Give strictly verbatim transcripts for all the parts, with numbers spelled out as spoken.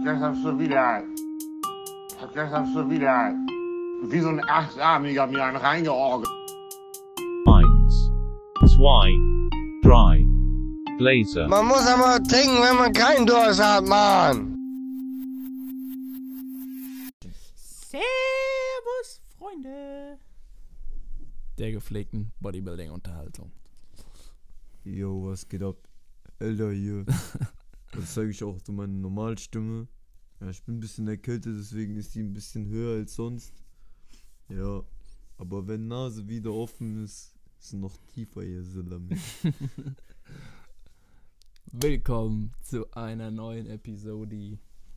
Gestern hast du wieder, gestern hast du wieder wie so ein Achtarmiger mir einen reingeorgelt. Eins, zwei, drei. Glazer. Man muss aber trinken, wenn man keinen Durst hat, Mann. Servus, Freunde der gepflegten Bodybuilding-Unterhaltung. Jo, was geht ab? Alter, hier. Das zeige ich auch so meine Normalstimme. Ja, ich bin ein bisschen erkältet, deswegen ist die ein bisschen höher als sonst. Ja, aber wenn Nase wieder offen ist, ist noch tiefer hier, Salami. Willkommen zu einer neuen Episode.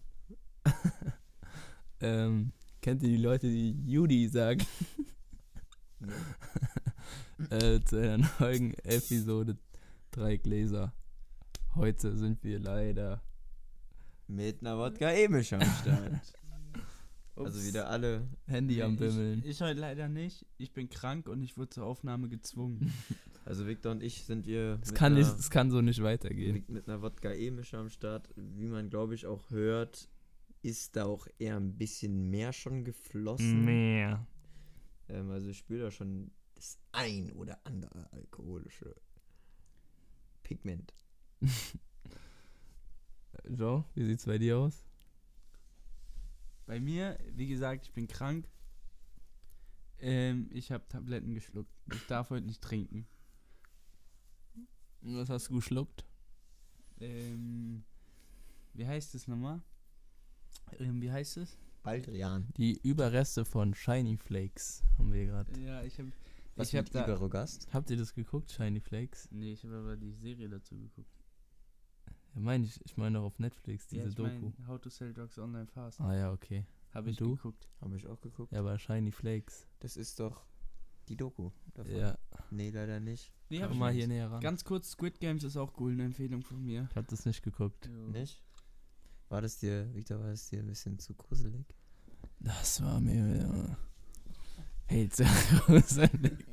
ähm, kennt ihr die Leute, die Judy sagen? äh, zu einer neuen Episode drei Gläser. Heute sind wir leider Mit einer Wodka Emisch am Start. Also wieder alle Handy am Bimmeln. Ich, ich heute leider nicht. Ich bin krank und ich wurde zur Aufnahme gezwungen. Also Victor und ich sind wir Es mit kann, einer, nicht- es kann so nicht weitergehen. mit einer Wodka Emisch am Start. Wie man glaube ich auch hört, ist da auch eher ein bisschen mehr schon geflossen. Mehr. Ähm, also ich spüre da schon das ein oder andere alkoholische Pigment. Joe, wie sieht's bei dir aus? Bei mir, wie gesagt, ich bin krank. Ähm, ich habe Tabletten geschluckt. Ich darf heute nicht trinken. Was hast du geschluckt? Ähm, wie heißt es nochmal? Ähm, wie heißt es? Baldrian. Die Überreste von Shiny Flakes haben wir gerade. Ja, ich habe Was ich hab mit da. Iberogast? Habt ihr das geguckt, Shiny Flakes? Nee, ich habe aber die Serie dazu geguckt. Ja, meine ich, ich meine auch auf Netflix, diese ja, ich Doku. mein, How to Sell Drugs Online Fast. Ah ja, okay. Habe ich Und du? geguckt. Habe ich auch geguckt. Ja, aber Shiny Flakes. Das ist doch die Doku davon. Ja, Nee, leider nicht. Nee, hab komm ich mal nicht. hier näher ran. Ganz kurz, Squid Games ist auch cool, eine Empfehlung von mir. Ich hab das nicht geguckt. Nicht? War das dir, Victor, war das dir ein bisschen zu gruselig? Das war mir ja. Hey, sehr gruselig.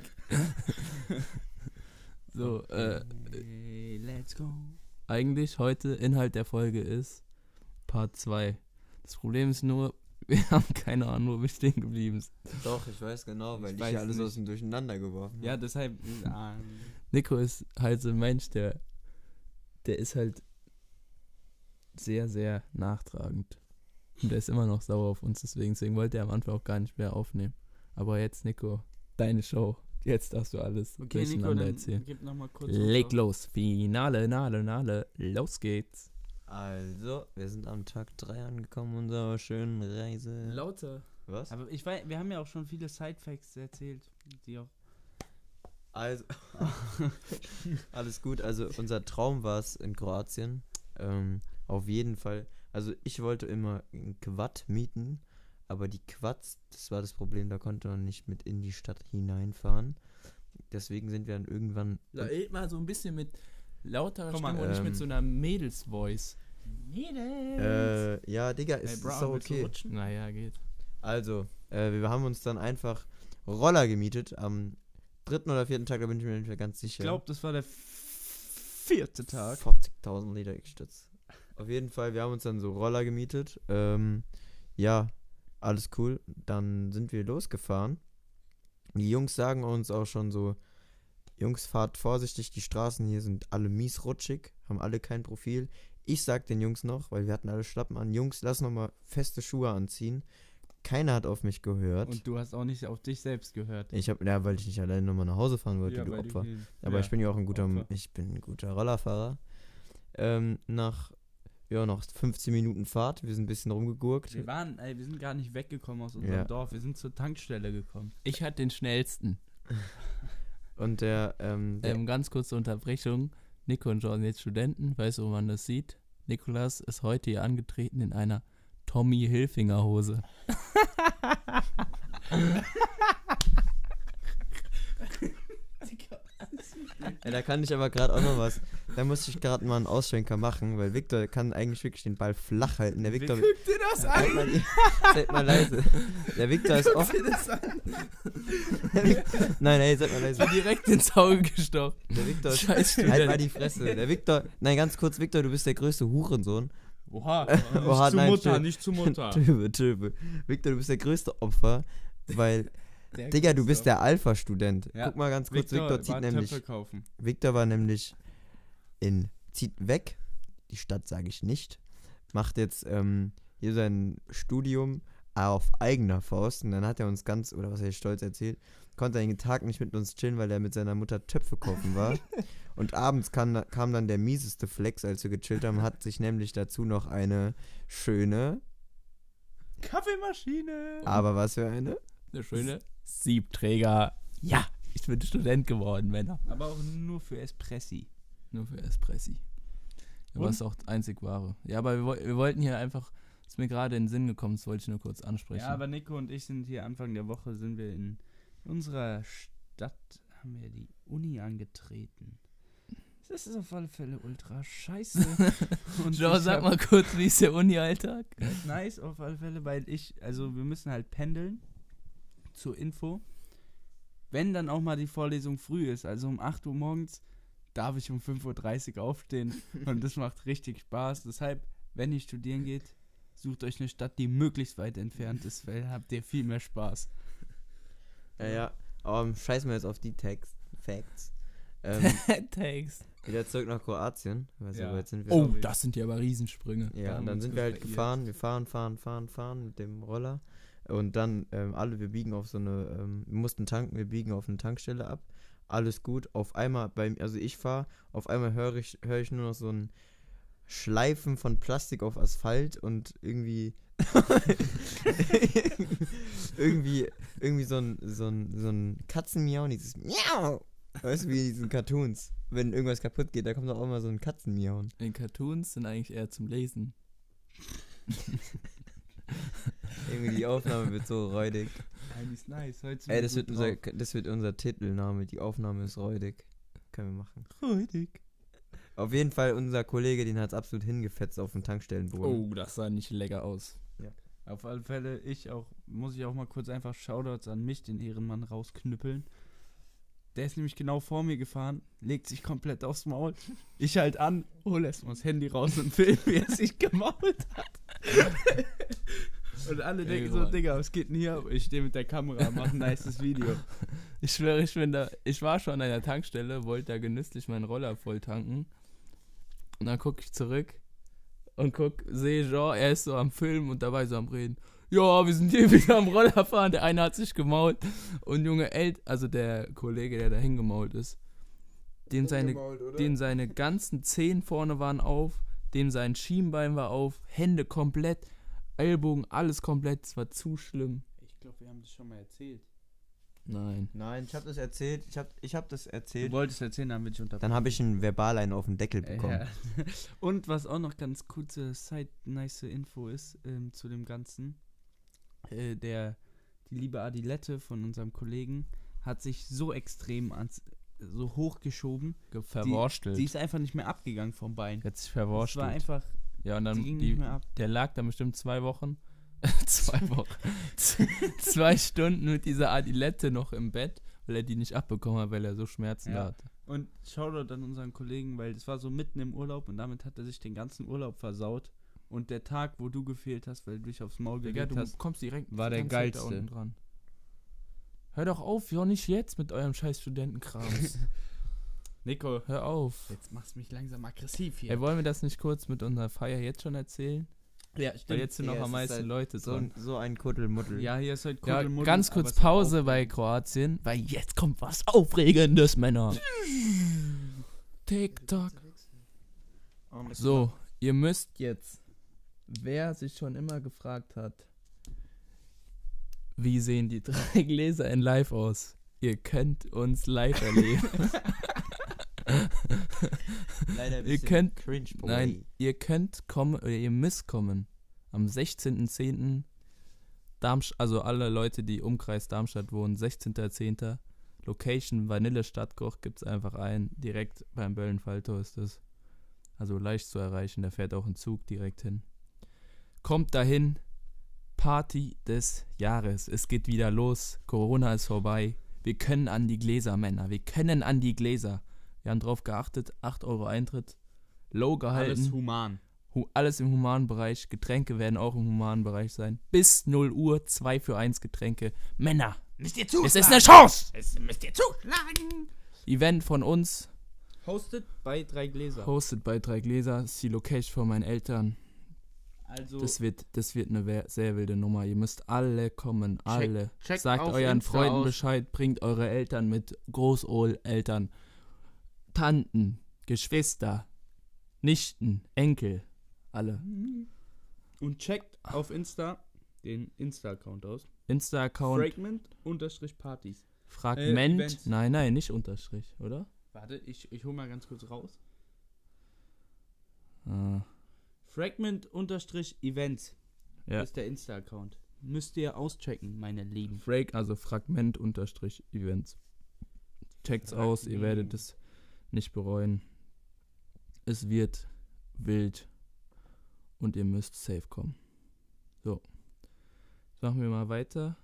So, äh, Hey, let's go. eigentlich heute Inhalt der Folge ist Part zwei. Das Problem ist nur, wir haben keine Ahnung, wo wir stehen geblieben sind. Doch, ich weiß genau, weil Ich ich, weiß ja alles nicht. aus dem Durcheinander geworfen habe. Ja, deshalb. Ah, Nico ist halt so ein Mensch, der, der ist halt sehr, sehr nachtragend. Und der ist immer noch sauer auf uns, deswegen, deswegen wollte er am Anfang auch gar nicht mehr aufnehmen. Aber jetzt, Nico, deine Show. Jetzt darfst du alles okay, Nico, durcheinander dann erzählen. gib nochmal kurz. Leg Info. los. Finale, Nale, Nale. Los geht's. Also, wir sind am Tag drei angekommen unserer schönen Reise. Lauter. Was? Aber ich weiß, wir haben ja auch schon viele Side-Facts erzählt, die auch. Also, alles gut. Also, unser Traum war es in Kroatien. Ähm, auf jeden Fall. Also, ich wollte immer einen Quad mieten, aber die Quads, das war das Problem, da konnte man nicht mit in die Stadt hineinfahren. Deswegen sind wir dann irgendwann. Red mal so ein bisschen mit lauterer Komm mal, Stimme und nicht ähm, mit so einer Mädels-Voice. Äh, ja, Digga, Hey, ist Brown, so willst du okay. rutschen? Naja, geht. Also, äh, wir haben uns dann einfach Roller gemietet am dritten oder vierten Tag, da bin ich mir nicht mehr ganz Ich sicher. glaube, das war der vierte Tag. vierzigtausend Liter gestützt. Auf jeden Fall, wir haben uns dann so Roller gemietet. Ähm, ja, alles cool. Dann sind wir losgefahren. Die Jungs sagen uns auch schon so, Jungs, fahrt vorsichtig, die Straßen hier sind alle mies rutschig, haben alle kein Profil. Ich sag den Jungs noch, weil wir hatten alle Schlappen an, Jungs, lass nochmal feste Schuhe anziehen. Keiner hat auf mich gehört. Und du hast auch nicht auf dich selbst gehört. Ich hab, ja, weil ich nicht alleine nochmal nach Hause fahren wollte, du weil Opfer. hier- Aber ja, ich bin ja auch ein guter, Opfer. ich bin ein guter Rollerfahrer. Ähm, nach, ja, noch fünfzehn Minuten Fahrt, wir sind ein bisschen rumgegurkt. Wir waren, ey, wir sind gar nicht weggekommen aus unserem Ja. Dorf. Wir sind zur Tankstelle gekommen. Ich hatte den schnellsten. Und der, ähm, der Ähm, ganz kurze Unterbrechung. Nico und John sind jetzt Studenten. Weißt du, wo man das sieht? Nikolas ist heute hier angetreten in einer Tommy Hilfinger Hose. ja, da kann ich aber gerade auch noch was. Da musste ich gerade mal einen Ausschwenker machen, weil Victor kann eigentlich wirklich den Ball flach halten. Der Victor. Guck dir das an! Seid mal, seid mal leise. Der Victor ist oft. das an! Der Victor, nein, ey, seid mal leise. Direkt ins Auge gestochen. Der Victor ist. Scheiß Halt mal Student. die Fresse. Der Victor. Nein, ganz kurz, Victor, du bist der größte Hurensohn. Oha, Oha, nicht zu nein, Mutter, stimmt. nicht zu Mutter. Töbe, töbe. Victor, du bist der größte Opfer, weil, Der Digga, du größte. bist der Alpha-Student. Ja. Guck mal ganz kurz, Victor, zieht war nämlich, Töpfe kaufen. Victor war nämlich in, zieht weg, die Stadt sage ich nicht, macht jetzt ähm, hier sein Studium auf eigener Faust und dann hat er uns ganz, oder was er stolz erzählt, konnte er den Tag nicht mit uns chillen, weil er mit seiner Mutter Töpfe kaufen war. Und abends kam, kam dann der mieseste Flex, als wir gechillt haben, hat sich nämlich dazu noch eine schöne, Kaffeemaschine. aber was für eine? Eine schöne Siebträger. Ja, ich bin Student geworden, Männer. Aber auch nur für Espressi. Nur für Espressi. Aber Und? ist auch einzig wahre. Ja, aber wir, woll- wir wollten hier einfach, ist mir gerade in den Sinn gekommen, das wollte ich nur kurz ansprechen. Ja, aber Nico und ich sind hier Anfang der Woche, sind wir in unserer Stadt, haben wir die Uni angetreten. Das ist auf alle Fälle ultra scheiße. Und Joe, ich sag hab- mal kurz, wie ist der Uni-Alltag? Nice auf alle Fälle, weil ich, also wir müssen halt pendeln, zur Info. Wenn dann auch mal die Vorlesung früh ist, also um acht Uhr morgens, darf ich um fünf Uhr dreißig aufstehen und das macht richtig Spaß. Deshalb, wenn ihr studieren geht, sucht euch eine Stadt, die möglichst weit entfernt ist, weil habt ihr viel mehr Spaß. Ja, ja, aber scheißen wir jetzt auf die Text, Facts. Ähm, Takes. wieder zurück nach Kroatien. Also, Ja. jetzt sind wir Oh, Sorry. das sind ja aber Riesensprünge. Ja, Da haben und wir dann uns sind wir halt verirrt. gefahren, wir fahren, fahren, fahren, fahren mit dem Roller und dann ähm, alle, wir biegen auf so eine, ähm, wir mussten tanken, wir biegen auf eine Tankstelle ab, alles gut, auf einmal, beim, also ich fahre, auf einmal höre ich, höre ich nur noch so ein Schleifen von Plastik auf Asphalt und irgendwie irgendwie, irgendwie so ein, so ein, so ein Katzenmiauen, dieses Miau, weißt du, wie in diesen Cartoons, wenn irgendwas kaputt geht, da kommt doch auch immer so ein Katzenmiauen. In Cartoons sind eigentlich eher zum Lesen. Irgendwie die Aufnahme wird so räudig. Eigentlich ist nice. Heute sind Ey, wir das gut wird, unser, drauf. das wird unser Titelname. Die Aufnahme ist räudig. Können wir machen. Räudig. Auf jeden Fall, unser Kollege, den hat es absolut hingefetzt auf dem Tankstellenboden. Oh, das sah nicht lecker aus. Auf alle Fälle, ich auch, muss ich auch mal kurz einfach Shoutouts an mich, den Ehrenmann, rausknüppeln. Der ist nämlich genau vor mir gefahren, legt sich komplett aufs Maul. Ich halt an, hol erstmal das Handy raus und film, wie er sich gemault hat. Und alle denken so, Ehrenmann. Digga, was geht denn hier? ab? Ich stehe mit der Kamera, mach ein nices Video. Ich schwöre, ich bin da, ich war schon an der Tankstelle, wollte da genüsslich meinen Roller voll tanken. Und dann gucke ich zurück und guck, sehe Jean, er ist so am Filmen und dabei so am Reden. Ja, wir sind hier wieder am Roller fahren, der eine hat sich gemault. Und Junge, El also der Kollege, der da hingemault ist, dem seine, dem seine ganzen Zehen vorne waren auf, dem sein Schienbein war auf, Hände komplett, Ellbogen, alles komplett, es war zu schlimm. Ich glaube, wir haben das schon mal erzählt. Nein. Nein, ich habe das erzählt. Ich habe ich hab das Du erzählt. wolltest erzählen, dann will ich unterbrechen. Dann habe ich ein Verbal einen auf den Deckel Äh, bekommen. ja. Und was auch noch ganz kurze Side nice Info ist ähm, zu dem Ganzen, äh, der die liebe Adilette von unserem Kollegen hat sich so extrem ans so hochgeschoben, Ge- Verwurstelt. die ist einfach nicht mehr abgegangen vom Bein. Jetzt sich Das war verwurstelt. einfach, Ja, und dann die ging die, nicht mehr ab. der lag da bestimmt zwei Wochen. zwei Wochen. Z- zwei Stunden mit dieser Adilette noch im Bett, weil er die nicht abbekommen hat, weil er so Schmerzen Ja. hatte. Und Shoutout an unseren Kollegen, weil das war so mitten im Urlaub und damit hat er sich den ganzen Urlaub versaut. Und der Tag, wo du gefehlt hast, weil du dich aufs Maul Digga, gelegt du hast, kommst direkt war die der ganze Zeit da geilste. unten dran. Hör doch auf, ja nicht jetzt mit eurem scheiß Studentenkrams. Nico, Hör auf. jetzt machst du mich langsam aggressiv hier. Ey, wollen wir das nicht kurz mit unserer Feier jetzt schon erzählen? ja, Weil jetzt sind Ja, noch es am ist meisten halt Leute So, dran. so ein Kuddelmuddel. Ja, hier ist heute Ja, Kuddelmuddel, ganz aber kurz es wird Pause bei aufregend. Kroatien, weil jetzt kommt was Aufregendes, Männer. TikTok. So, ihr müsst jetzt, wer sich schon immer gefragt hat, wie sehen die drei Gläser in live aus? Ihr könnt uns live erleben. Leider ein Ihr bisschen könnt- cringe, boy. Nein, ihr könnt kommen, oder ihr müsst kommen. Am sechzehnten zehnten Darmstadt, also alle Leute, die Umkreis Darmstadt wohnen, sechzehnten zehnten Location Vanille Stadtkoch gibt's einfach ein. Direkt beim Böllenfalltor ist es. Also leicht zu erreichen, da fährt auch ein Zug direkt hin. Kommt dahin, Party des Jahres. Es geht wieder los, Corona ist vorbei. Wir können an die Gläser, Männer. Wir können an die Gläser. Wir haben drauf geachtet, acht Euro Eintritt. Low Alles gehalten. human. Hu- alles im humanen Bereich. Getränke werden auch im humanen Bereich sein. Bis null Uhr, zwei für eins Getränke. Männer, Müsst ihr zuschlagen. es ist eine Chance! Es müsst ihr zuschlagen. Event von uns, Hosted bei drei Gläser. hosted bei drei Gläser. Ist die Location von meinen Eltern. Also, Das wird, das wird eine wer- sehr wilde Nummer. Ihr müsst alle kommen, alle. checkt Sagt auf euren Insta Freunden aus. Bescheid, bringt eure Eltern mit, Großeltern, Tanten, Geschwister, Nichten, Enkel, alle. und checkt auf Insta den Insta-Account aus. Insta-Account, Fragment-Partys. Fragment, äh, Events. nein, nein, nicht Unterstrich, oder? Warte, ich, ich hol mal ganz kurz raus. Ah, Fragment-Events ja. ist der Insta-Account. Müsst ihr auschecken, meine Lieben. Frag, also Fragment unterstrich Events. Checkt's aus, ihr werdet es nicht bereuen. Es wird wild und ihr müsst safe kommen. So. Jetzt machen wir mal weiter.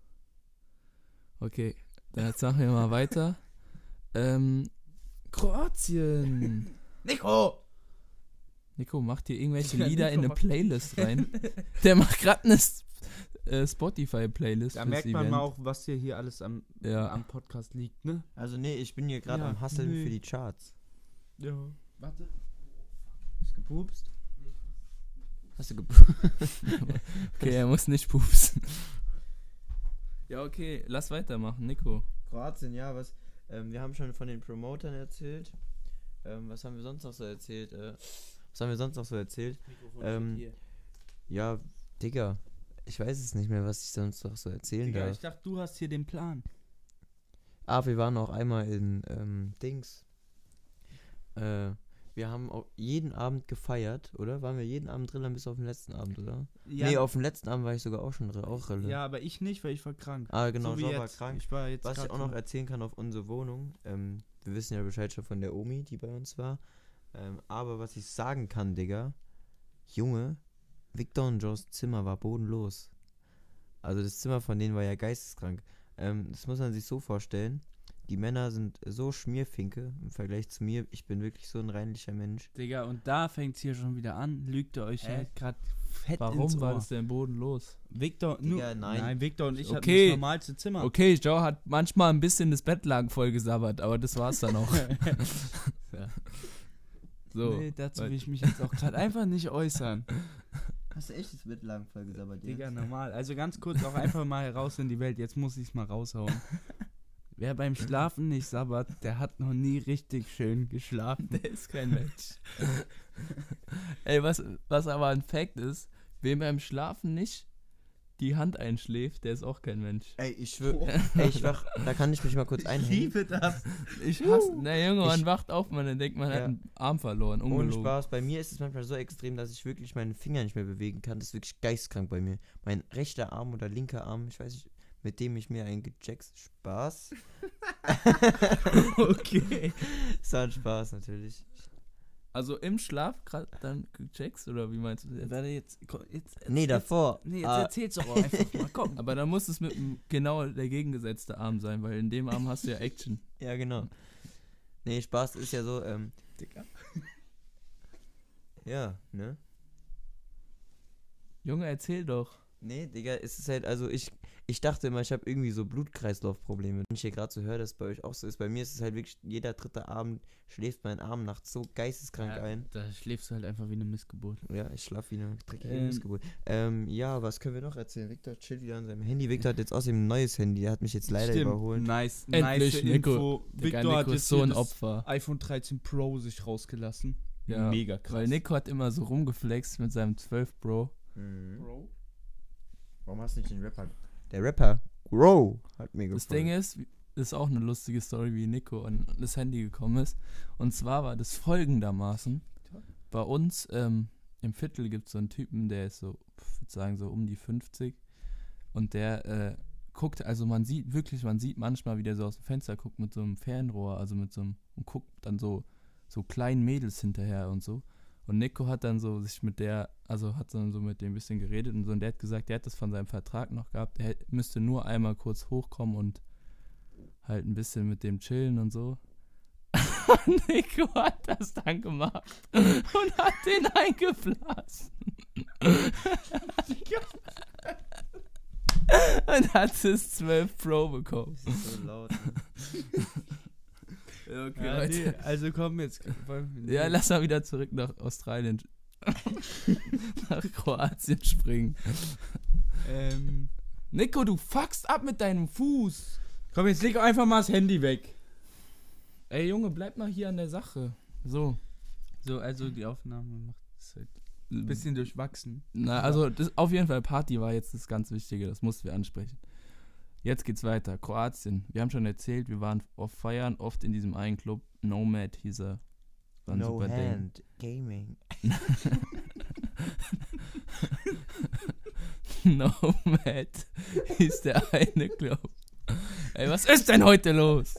Okay, dann jetzt machen wir mal weiter. Ähm, Kroatien. Nico! Nico, macht hier irgendwelche Ja, Lieder Nico in eine macht- Playlist rein. Der macht gerade eine äh, Spotify-Playlist. Da fürs merkt man Event. mal auch, was hier, hier alles am, Ja. am Podcast liegt, ne? Also nee, ich bin hier gerade Ja, am Hasseln nee. für die Charts. Ja. Warte. Hast du gepupst? Hast du gepupst? Okay, er muss nicht pupsen. Ja, okay, lass weitermachen, Nico. Kroatien, ja, was? Ähm, wir haben schon von den Promotern erzählt. Ähm, was haben wir sonst noch so erzählt? Äh, was haben wir sonst noch so erzählt? Ähm, Ja, Digga, ich weiß es nicht mehr, was ich sonst noch so erzählen Digga, darf. ich dachte, du hast hier den Plan. Ah, wir waren auch einmal in ähm, Dings. Äh, wir haben auch jeden Abend gefeiert, oder? Waren wir jeden Abend Drillern bis auf den letzten Abend, oder? Ja, Nee, auf dem letzten Abend war ich sogar auch schon drin, auch Rille. ja, aber ich nicht, weil ich war krank. Ah, genau, so wie Joe war jetzt. krank. Ich war jetzt Was ich grad auch noch so- erzählen kann auf unsere Wohnung, ähm, wir wissen ja Bescheid schon von der Omi, die bei uns war. Ähm, aber was ich sagen kann, Digga, Junge, Victor und Joes Zimmer war bodenlos. Also das Zimmer von denen war ja geisteskrank. Ähm, das muss man sich so vorstellen. Die Männer sind so Schmierfinke im Vergleich zu mir. Ich bin wirklich so ein reinlicher Mensch. Digga, und da fängt's hier schon wieder an. Lügt ihr euch Äh? halt grad fett ins Warum war Ohr. das denn bodenlos? Victor, Digga, nur, nein. nein. Victor und ich hatten Okay. das normalste Zimmer. Okay, Joe hat manchmal ein bisschen das Bettlaken voll gesabbert, aber das war's dann auch. Ja. So. Nee, dazu weil- will ich mich jetzt auch gerade einfach nicht äußern. Hast du echt das Mittellang voll gesabbert, Digga, normal. Also ganz kurz auch einfach mal heraus in die Welt. Jetzt muss ich's mal raushauen. Wer beim Schlafen nicht sabbert, der hat noch nie richtig schön geschlafen. Der ist kein Mensch. Ey, was, was aber ein Fact ist, wem beim Schlafen nicht die Hand einschläft, der ist auch kein Mensch. Ey, ich schwör, ey, ich wach, da kann ich mich mal kurz einhängen. das. Ich hasse, na Junge, man Ich- wacht auf, man denkt, man hat Ja. einen Arm verloren, Ohne ungelogen. Spaß, bei mir ist es manchmal so extrem, dass ich wirklich meine Finger nicht mehr bewegen kann. Das ist wirklich geistkrank bei mir. Mein rechter Arm oder linker Arm, ich weiß nicht, mit dem ich mir einen gejackt. Spaß. Okay. Das war ein Spaß natürlich. Also im Schlaf gerade dann gecheckst, oder wie meinst du das jetzt? Warte, jetzt, komm, jetzt, Nee, jetzt, davor. Nee, jetzt Ah, erzähl's doch auch einfach mal, komm. Aber da muss es mit dem genau der gegengesetzte Arm sein, weil in dem Arm hast du ja Action. ja, genau. Nee, Spaß ist ja so, ähm. Digga. Ja, ne? Junge, erzähl doch. Nee, Digga, es ist halt, also ich, ich dachte immer, ich habe irgendwie so Blutkreislaufprobleme. Wenn ich hier gerade so höre, dass es bei euch auch so ist. Bei mir ist es halt wirklich, jeder dritte Abend schläft mein Arm nachts so geisteskrank Ja, ein. Da schläfst du halt einfach wie eine Missgeburt. Ja, ich schlafe wie eine dreckige Ähm. Missgeburt. Ähm, ja, was können wir noch erzählen? Victor chillt wieder an seinem Handy. Victor hat jetzt außerdem ein neues Handy. Der hat mich jetzt leider Stimmt. überholt. Nice, Endlich, nice Nico. Info. Digga, Victor hat Nico jetzt ist so hier ein das Opfer. iPhone dreizehn Pro sich rausgelassen. Ja, Mega krass. weil Nico hat immer so rumgeflext mit seinem zwölf Pro. Mhm. Bro. Warum hast du nicht den Rapper? Der Rapper, Grow, hat mir gefallen. Das Ding ist, das ist auch eine lustige Story, wie Nico an das Handy gekommen ist. Und zwar war das folgendermaßen. Bei uns ähm, im Viertel gibt es so einen Typen, der ist so, ich würde sagen, so um die fünfzig. Und der äh, guckt, also man sieht wirklich, man sieht manchmal, wie der so aus dem Fenster guckt mit so einem Fernrohr, also mit so einem, und guckt dann so, so kleinen Mädels hinterher und so. Und Nico hat dann so sich mit der, also hat dann so mit dem ein bisschen geredet und so, und der hat gesagt, der hat das von seinem Vertrag noch gehabt, er hätt- müsste nur einmal kurz hochkommen und halt ein bisschen mit dem chillen und so. Nico hat das dann gemacht und hat den eingeblasen. Und hat es zwölf Pro bekommen. Das ist so laut. Ne? Okay, Ja, Leute. nee, also komm jetzt. Ja, lass mal wieder zurück nach Australien. Nach Kroatien springen. Ähm, Nico, du fuckst ab mit deinem Fuß. komm, jetzt leg einfach mal das Handy weg. Ey, Junge, bleib mal hier an der Sache. So. So, also die Aufnahme macht es halt ein bisschen durchwachsen. Na, also das, auf jeden Fall Party war jetzt das ganz Wichtige, das mussten wir ansprechen. Jetzt geht's weiter. Kroatien. Wir haben schon erzählt, wir waren auf Feiern, oft in diesem einen Club. Nomad hieß er. War ein No super Hand Gaming. Ding. Nomad hieß der eine Club. Ey, was ist denn heute los?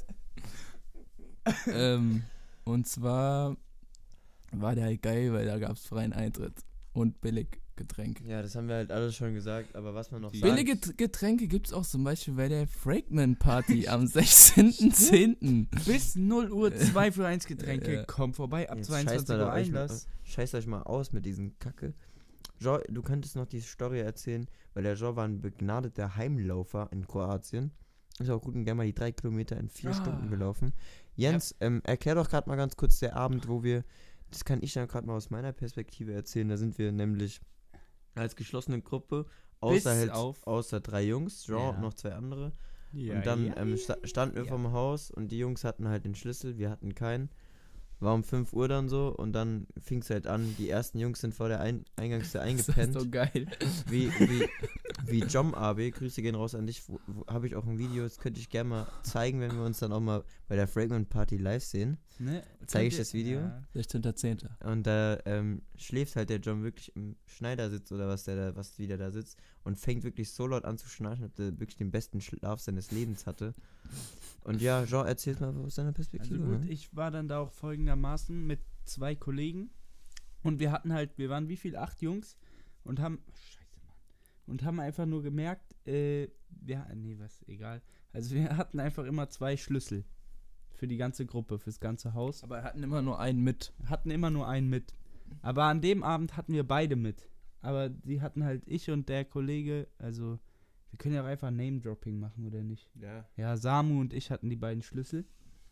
ähm, und zwar war der halt geil, weil da gab's freien Eintritt und billig Getränke. Ja, das haben wir halt alles schon gesagt, aber was man noch sagt. Billige T- Getränke gibt's auch zum Beispiel bei der Fragment Party am sechzehnten zehnten Bis null Uhr zwei für eins Getränke. Ja. Komm vorbei, ab Jetzt zweiundzwanzig scheißt mal Uhr da euch mal- Einlass. Scheißt euch mal aus mit diesen Kacke. Jo, du könntest noch die Story erzählen, weil der Jo war ein begnadeter Heimlaufer in Kroatien. Ist auch gut und gerne mal die drei Kilometer in vier Ah. Stunden gelaufen. Jens, ähm, erklär doch gerade mal ganz kurz der Abend, wo wir, das kann ich dann gerade mal aus meiner Perspektive erzählen, da sind wir nämlich als geschlossene Gruppe, Bis außer, halt, auf- außer drei Jungs, Jo Ja. und noch zwei andere. Ja, und dann ja, ähm, ja, sta- standen wir ja. vom Haus und die Jungs hatten halt den Schlüssel, wir hatten keinen. War um fünf Uhr dann so und dann fing es halt an, die ersten Jungs sind vor der Ein- Eingangstür Das ist eingepennt. so geil. Wie, wie, wie Jom A B, Grüße gehen raus an dich, wo, wo, habe ich auch ein Video, das könnte ich gerne mal zeigen, wenn wir uns dann auch mal bei der Fragment Party live sehen. Ne? Zeig ich Könnt ihr- das Video? Ja. sechzehnten zehnten Und da ähm, schläft halt der John wirklich im Schneidersitz oder was der da, was wieder da sitzt und fängt wirklich so laut an zu schnarchen, dass der wirklich den besten Schlaf seines Lebens hatte. Und ja, Jean, erzähl mal aus deiner Also Perspektive. gut, ne? ich war dann da auch folgendermaßen mit zwei Kollegen und wir hatten halt, wir waren wie viel? Acht Jungs und haben, scheiße Mann, und haben einfach nur gemerkt, äh, wir, nee, was, egal. Also wir hatten einfach immer zwei Schlüssel für die ganze Gruppe, fürs ganze Haus. Aber wir hatten immer nur einen mit. Hatten immer nur einen mit. Aber an dem Abend hatten wir beide mit. Aber die hatten halt ich und der Kollege, also wir können ja auch einfach Name-Dropping machen, oder nicht? Ja. Ja, Samu und ich hatten die beiden Schlüssel.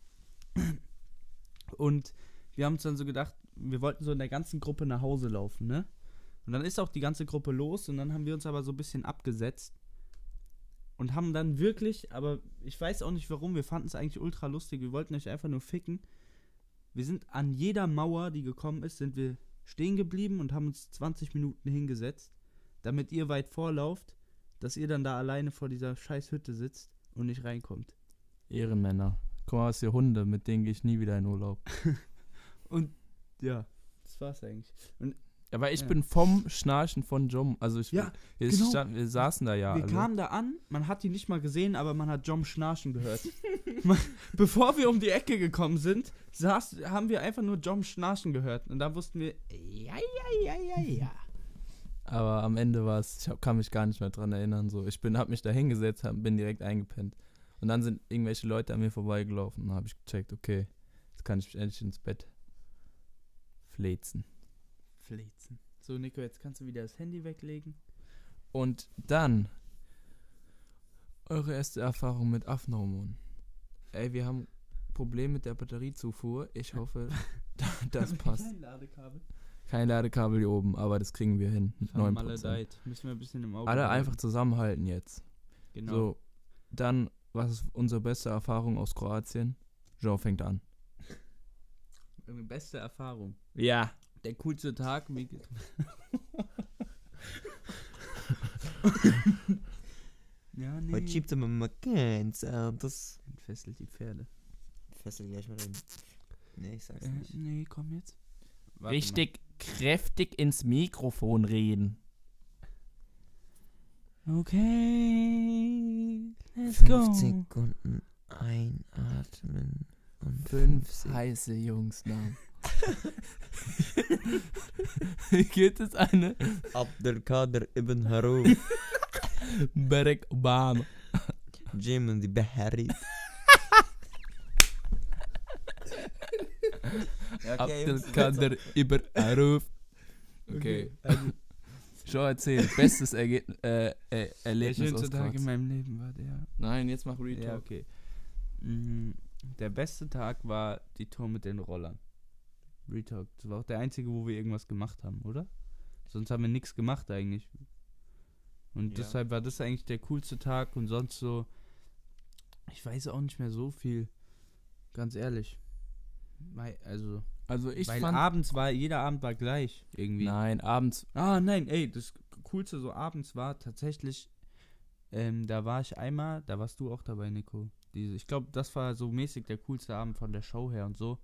Und wir haben uns dann so gedacht, wir wollten so in der ganzen Gruppe nach Hause laufen, ne? Und dann ist auch die ganze Gruppe los und dann haben wir uns aber so ein bisschen abgesetzt. Und haben dann wirklich, aber ich weiß auch nicht warum, wir fanden es eigentlich ultra lustig, wir wollten euch einfach nur ficken. Wir sind an jeder Mauer, die gekommen ist, sind wir stehen geblieben und haben uns zwanzig Minuten hingesetzt, damit ihr weit vorlauft, dass ihr dann da alleine vor dieser scheiß Hütte sitzt und nicht reinkommt. Ehrenmänner. Guck mal, was hier Hunde, mit denen gehe ich nie wieder in Urlaub. Und ja, das war's eigentlich. Und Aber ich Ja. bin vom Schnarchen von Jom, also ich, Ja, wir, genau. stand, wir saßen da ja wir alle. kamen da an, man hat die nicht mal gesehen, aber man hat Jom schnarchen gehört. Man, bevor wir um die Ecke gekommen sind, saß, haben wir einfach nur Jom schnarchen gehört. Und da wussten wir, ja, ja, ja, ja, ja. Aber am Ende war es, ich hab, kann mich gar nicht mehr dran erinnern. So. Ich bin, hab mich da hingesetzt, hab, bin direkt eingepennt. Und dann sind irgendwelche Leute an mir vorbeigelaufen. Und dann habe ich gecheckt, okay, jetzt kann ich mich endlich ins Bett flezen. Flezen. So, Nico, jetzt kannst du wieder das Handy weglegen. Und dann eure erste Erfahrung mit Affenhormonen. Ey, wir haben Probleme mit der Batteriezufuhr. Ich hoffe, das passt. Kein Ladekabel. Kein Ladekabel hier oben, aber das kriegen wir hin. Mit neun Prozent. Vermaledeit. Müssen wir ein bisschen im Auge Alle behalten. einfach zusammenhalten jetzt. Genau. So, dann, was ist unsere beste Erfahrung aus Kroatien? Jean fängt an. Irgendwie beste Erfahrung. Ja. Der coolste Tag. Wie ja, nee. Heute schiebt immer mal ganz anders. Entfesselt die Pferde. Fessel gleich mal den. Nee, ich sag's Äh, nicht. nee, komm jetzt. Warte Richtig kräftig ins Mikrofon reden. mal. Okay. Let's Fünf go. Sekunden einatmen und Fünf fünf heiße Jungsnamen. Gibt es eine? Abdelkader Ibn Haru, Barack Obama. Jim und die Behari. Ja, Abdelkader über Aruf. Okay. Also, Schon erzählt. Bestes Ergebnis, äh, äh, der Erlebnis schönste aus Tag in Graz. meinem Leben war der. Nein, jetzt mach Retalk. Ja, okay. Mhm. Der beste Tag war die Tour mit den Rollern. Retalk. Das war auch der einzige, wo wir irgendwas gemacht haben, oder? Sonst haben wir nichts gemacht eigentlich. Und Ja. deshalb war das eigentlich der coolste Tag und sonst so, ich weiß auch nicht mehr so viel. Ganz ehrlich. Weil, also, Also ich weil fand... abends war, jeder Abend war gleich irgendwie. Nein, abends... Ah, nein, ey, das Coolste so abends war tatsächlich, ähm, da war ich einmal, da warst du auch dabei, Nico. Diese, ich glaube, das war so mäßig der coolste Abend von der Show her und so.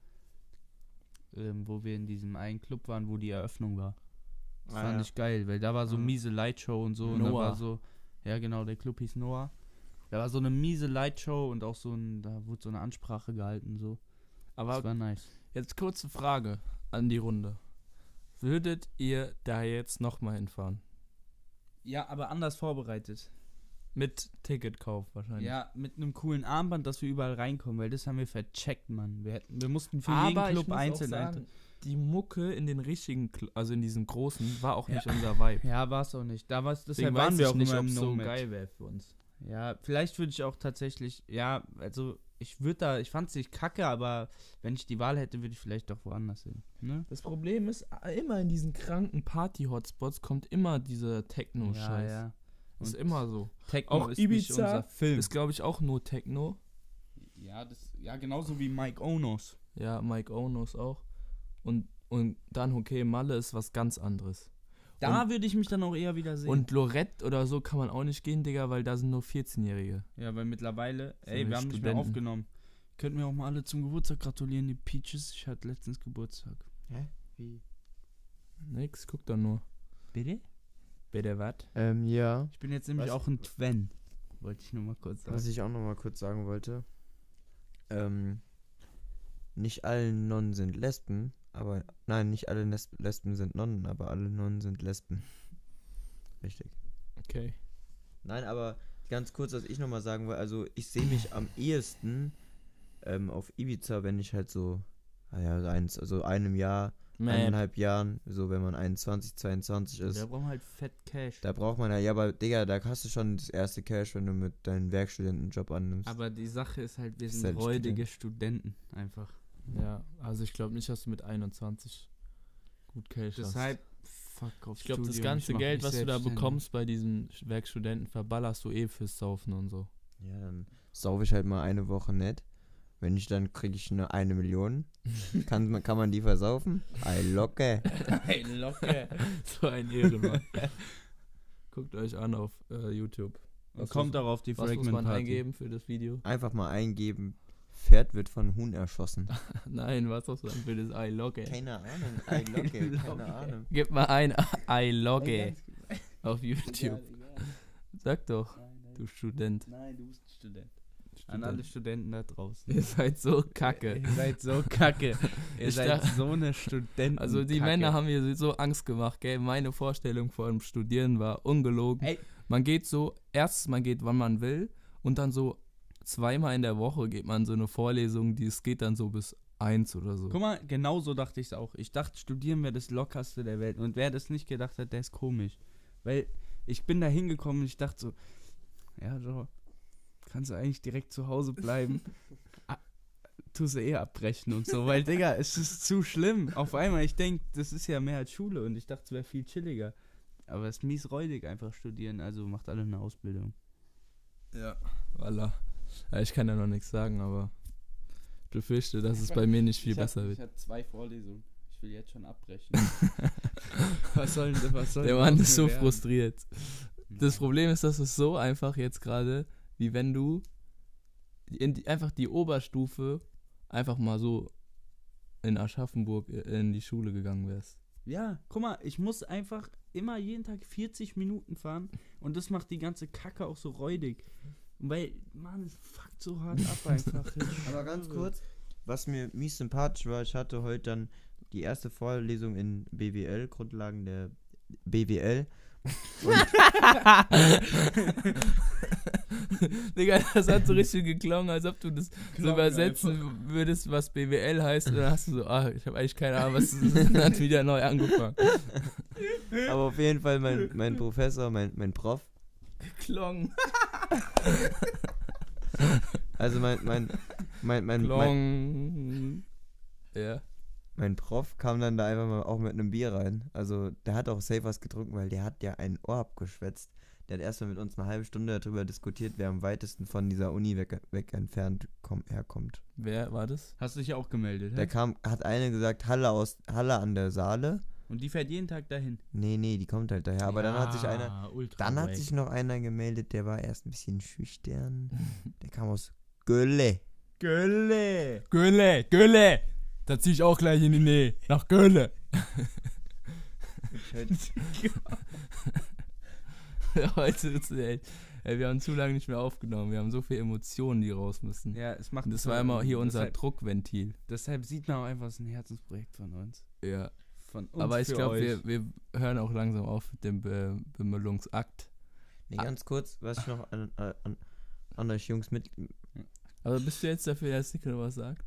Ähm, wo wir in diesem einen Club waren, wo die Eröffnung war. Das Ah, fand ja. ich geil, weil da war so Mhm. miese Lightshow und so. Und da Noah. war so, ja genau, der Club hieß Noah. Da war so eine miese Lightshow und auch so ein, da wurde so eine Ansprache gehalten, so. Aber Das war nice. jetzt kurze Frage an die Runde. Würdet ihr da jetzt nochmal hinfahren? Ja, aber anders vorbereitet. Mit Ticketkauf wahrscheinlich. Ja, mit einem coolen Armband, dass wir überall reinkommen, weil das haben wir vercheckt, Mann. Wir, hätten, wir mussten für Aber jeden ich Club muss auch einzeln sagen, eintreten. die Mucke in den richtigen, Cl- also in diesen großen, war auch Ja. nicht unser Vibe. Ja, war es auch nicht. Da war's, deshalb Deswegen waren weiß wir ich auch nicht, immer ob im es so Nomad. geil wäre für uns. Ja, vielleicht würde ich auch tatsächlich, ja, also ich würde da, ich fand es nicht kacke, aber wenn ich die Wahl hätte, würde ich vielleicht doch woanders hin. Ne? Das Problem ist, immer in diesen kranken Party-Hotspots kommt immer dieser Techno-Scheiß. Ja, ja. Das ist Und immer so. Techno auch ist Ibiza nicht unser Film. Ist, glaube ich, auch nur Techno. Ja, das, ja, genauso wie Mike Onos. Ja, Mike Onos auch. Und, und dann, okay, Malle ist was ganz anderes. Da würde ich mich dann auch eher wieder sehen. Und Lorette oder so kann man auch nicht gehen, Digga, weil da sind nur vierzehnjährige. ja, weil mittlerweile, So ey, wir haben nicht mehr Studenten. aufgenommen. Könnten wir auch mal alle zum Geburtstag gratulieren, die Peaches. Ich hatte letztens Geburtstag. Hä? Wie? Nix, guck doch nur. Bitte? Bitte was? Ähm, ja. Ich bin jetzt nämlich Was? auch ein Twen. Wollte ich nur mal kurz sagen. Was ich auch noch mal kurz sagen wollte. Ähm, nicht alle Nonnen sind Lesben, aber, nein, nicht alle Nes- Lesben sind Nonnen, aber alle Nonnen sind Lesben. Richtig. Okay. Nein, aber ganz kurz, was ich noch mal sagen will, also ich sehe mich am ehesten ähm, auf Ibiza, wenn ich halt so, naja, so eins, also einem Jahr, Man, eineinhalb Jahren, so wenn man einundzwanzig, zweiundzwanzig ist. Wir brauchen halt fett Cash. Da braucht man ja, ja, aber Digga, da hast du schon das erste Cash, wenn du mit deinem Werkstudentenjob annimmst. Aber die Sache ist halt, wir Ist sind halt räudige Studenten einfach. ja, also ich glaube nicht, dass du mit einundzwanzig gut Cash hast. Deshalb, fuck auf Ich glaube, das Studium, ganze ich mach Geld, mich was du da selbstständig. bekommst bei diesen Werkstudenten, verballerst du eh fürs Saufen und so. Ja, dann saufe ich halt mal eine Woche nett. Wenn ich dann kriege ich eine, eine Million. Kann, man- kann man die versaufen? Ei, locke. Ey, locker. So ein Ehrenmann. Guckt euch an auf äh, YouTube. Und kommt auch auf die Was muss Fragment man Party. eingeben für das Video? Einfach mal eingeben. Pferd wird von Huhn erschossen. Nein, was muss man für das I logge? Keine Ahnung. Ei, locke. Keine Ahnung. Gib mal ein I logge auf YouTube. Sag doch, du Student. Nein, du bist ein Student. An Student. alle Studenten da draußen. Ihr seid so kacke. Ihr seid so kacke. Ihr Ich seid dacht- so eine Studenten. Also die Männer haben mir so Angst gemacht, gell? Meine Vorstellung vor dem Studieren war ungelogen. Ey. Man geht so, erstens man geht, wann man will und dann so zweimal in der Woche geht man so eine Vorlesung, die es geht dann so bis eins oder so. Guck mal, genau so dachte ich es auch. Ich dachte, studieren wäre das lockerste der Welt. Und wer das nicht gedacht hat, der ist komisch. Weil ich bin da hingekommen und ich dachte so, ja, so, kannst du eigentlich direkt zu Hause bleiben. Ah, tust du eh abbrechen und so. Weil, Digga, es ist zu schlimm. Auf einmal, ich denke, das ist ja mehr als Schule und ich dachte, es wäre viel chilliger. Aber es ist mies räudig einfach studieren, also macht alle eine Ausbildung. Ja, voilà. Ja, ich kann ja noch nichts sagen, aber ich befürchte, dass es bei mir nicht viel ich hab, besser Ich wird. hatte zwei Vorlesungen. Ich will jetzt schon abbrechen. was soll denn was soll Der denn Mann aus ist so mir werden? frustriert. Das Problem ist, dass es so einfach jetzt gerade, wie wenn du in die, einfach die Oberstufe einfach mal so in Aschaffenburg in die Schule gegangen wärst. Ja, guck mal, ich muss einfach immer jeden Tag vierzig Minuten fahren und das macht die ganze Kacke auch so räudig. Weil, Mann, es fuckt so hart ab einfach. Ich Aber ganz schwöre. kurz, was mir mies sympathisch war, ich hatte heute dann die erste Vorlesung in B W L, Grundlagen der B W L. Und Digga, das hat so richtig geklungen, als ob du das so Klong übersetzen würdest, was B W L heißt. Und dann hast du so, ah, ich habe eigentlich keine Ahnung, was das ist. Und dann hat wieder neu angefangen. Aber auf jeden Fall mein, mein Professor, mein, mein Prof, Klong. also mein, mein, mein, mein, mein, Klong. Ja. mein Prof kam dann da einfach mal auch mit einem Bier rein. Also der hat auch safe was getrunken, weil der hat ja ein Ohr abgeschwätzt. Der hat erstmal mit uns eine halbe Stunde darüber diskutiert, wer am weitesten von dieser Uni weg, weg entfernt komm, herkommt. Wer war das? Hast du dich auch gemeldet, Der hä? kam, hat eine gesagt, Halle aus Halle an der Saale. Und die fährt jeden Tag dahin. Nee, nee, die kommt halt daher. Aber dann hat sich einer, Ja, ultra dann hat wack. sich noch einer gemeldet, der war erst ein bisschen schüchtern. Der kam aus Gölle. Gölle. Gölle, Gölle. Da zieh ich auch gleich in die Nähe. Nach Gölle. Heute ist es echt. Ey, wir haben zu lange nicht mehr aufgenommen. Wir haben so viele Emotionen, die raus müssen. Ja, es macht Und das war immer hier unser deshalb, Druckventil. deshalb sieht man auch einfach, es ist ein Herzensprojekt von uns. Ja. Von uns Aber ich für glaube, euch. wir, wir hören auch langsam auf mit dem Be Bemüllungsakt. Nee, ganz kurz, was ich noch an, an, an euch Jungs mit... Aber bist du jetzt dafür, dass Nickel was sagt?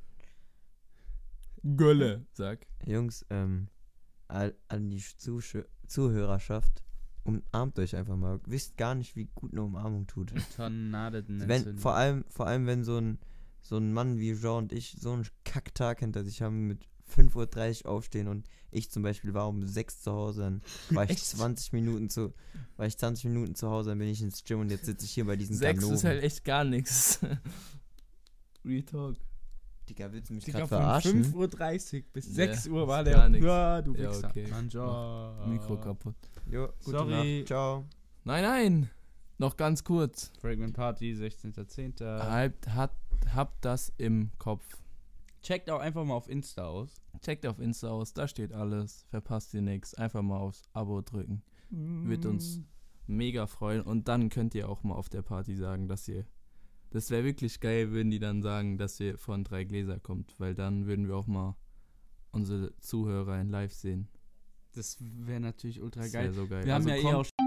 Gölle, sag. Jungs, ähm, all- an die Zuschö Zuhörerschaft, umarmt euch einfach mal. Wisst gar nicht, wie gut eine Umarmung tut. Tornaden Wenn, vor allem, vor allem, wenn so ein, so ein Mann wie Jean und ich so einen Kacktag hinter sich haben, mit fünf Uhr dreißig aufstehen und ich zum Beispiel war um sechs zu Hause, dann war ich zwanzig Minuten zu, war ich zwanzig Minuten zu Hause, dann bin ich ins Gym und jetzt sitze ich hier bei diesen Sechs Ganoven. ist halt echt gar nichts. Real Talk. Digga, willst du mich Digga, gerade von verarschen? fünf Uhr dreißig bis Ja, sechs Uhr war ist der. gar nix. Ja, du Ja, Wichser. okay. Anja. Mikro kaputt. Jo, gute Sorry. Nacht. Ciao. Nein, nein. Noch ganz kurz. Fragment Party, sechzehnter zehnter Habt, hat, habt das im Kopf. Checkt auch einfach mal auf Insta aus. Checkt auf Insta aus, da steht alles. Verpasst ihr nichts. Einfach mal aufs Abo drücken. Wird uns mega freuen. Und dann könnt ihr auch mal auf der Party sagen, dass ihr. Das wäre wirklich geil, würden die dann sagen, dass ihr von drei Gläser kommt. Weil dann würden wir auch mal unsere Zuhörer in live sehen. Das wäre natürlich ultra Das geil. wäre so geil. Wir haben Also ja eh kommt auch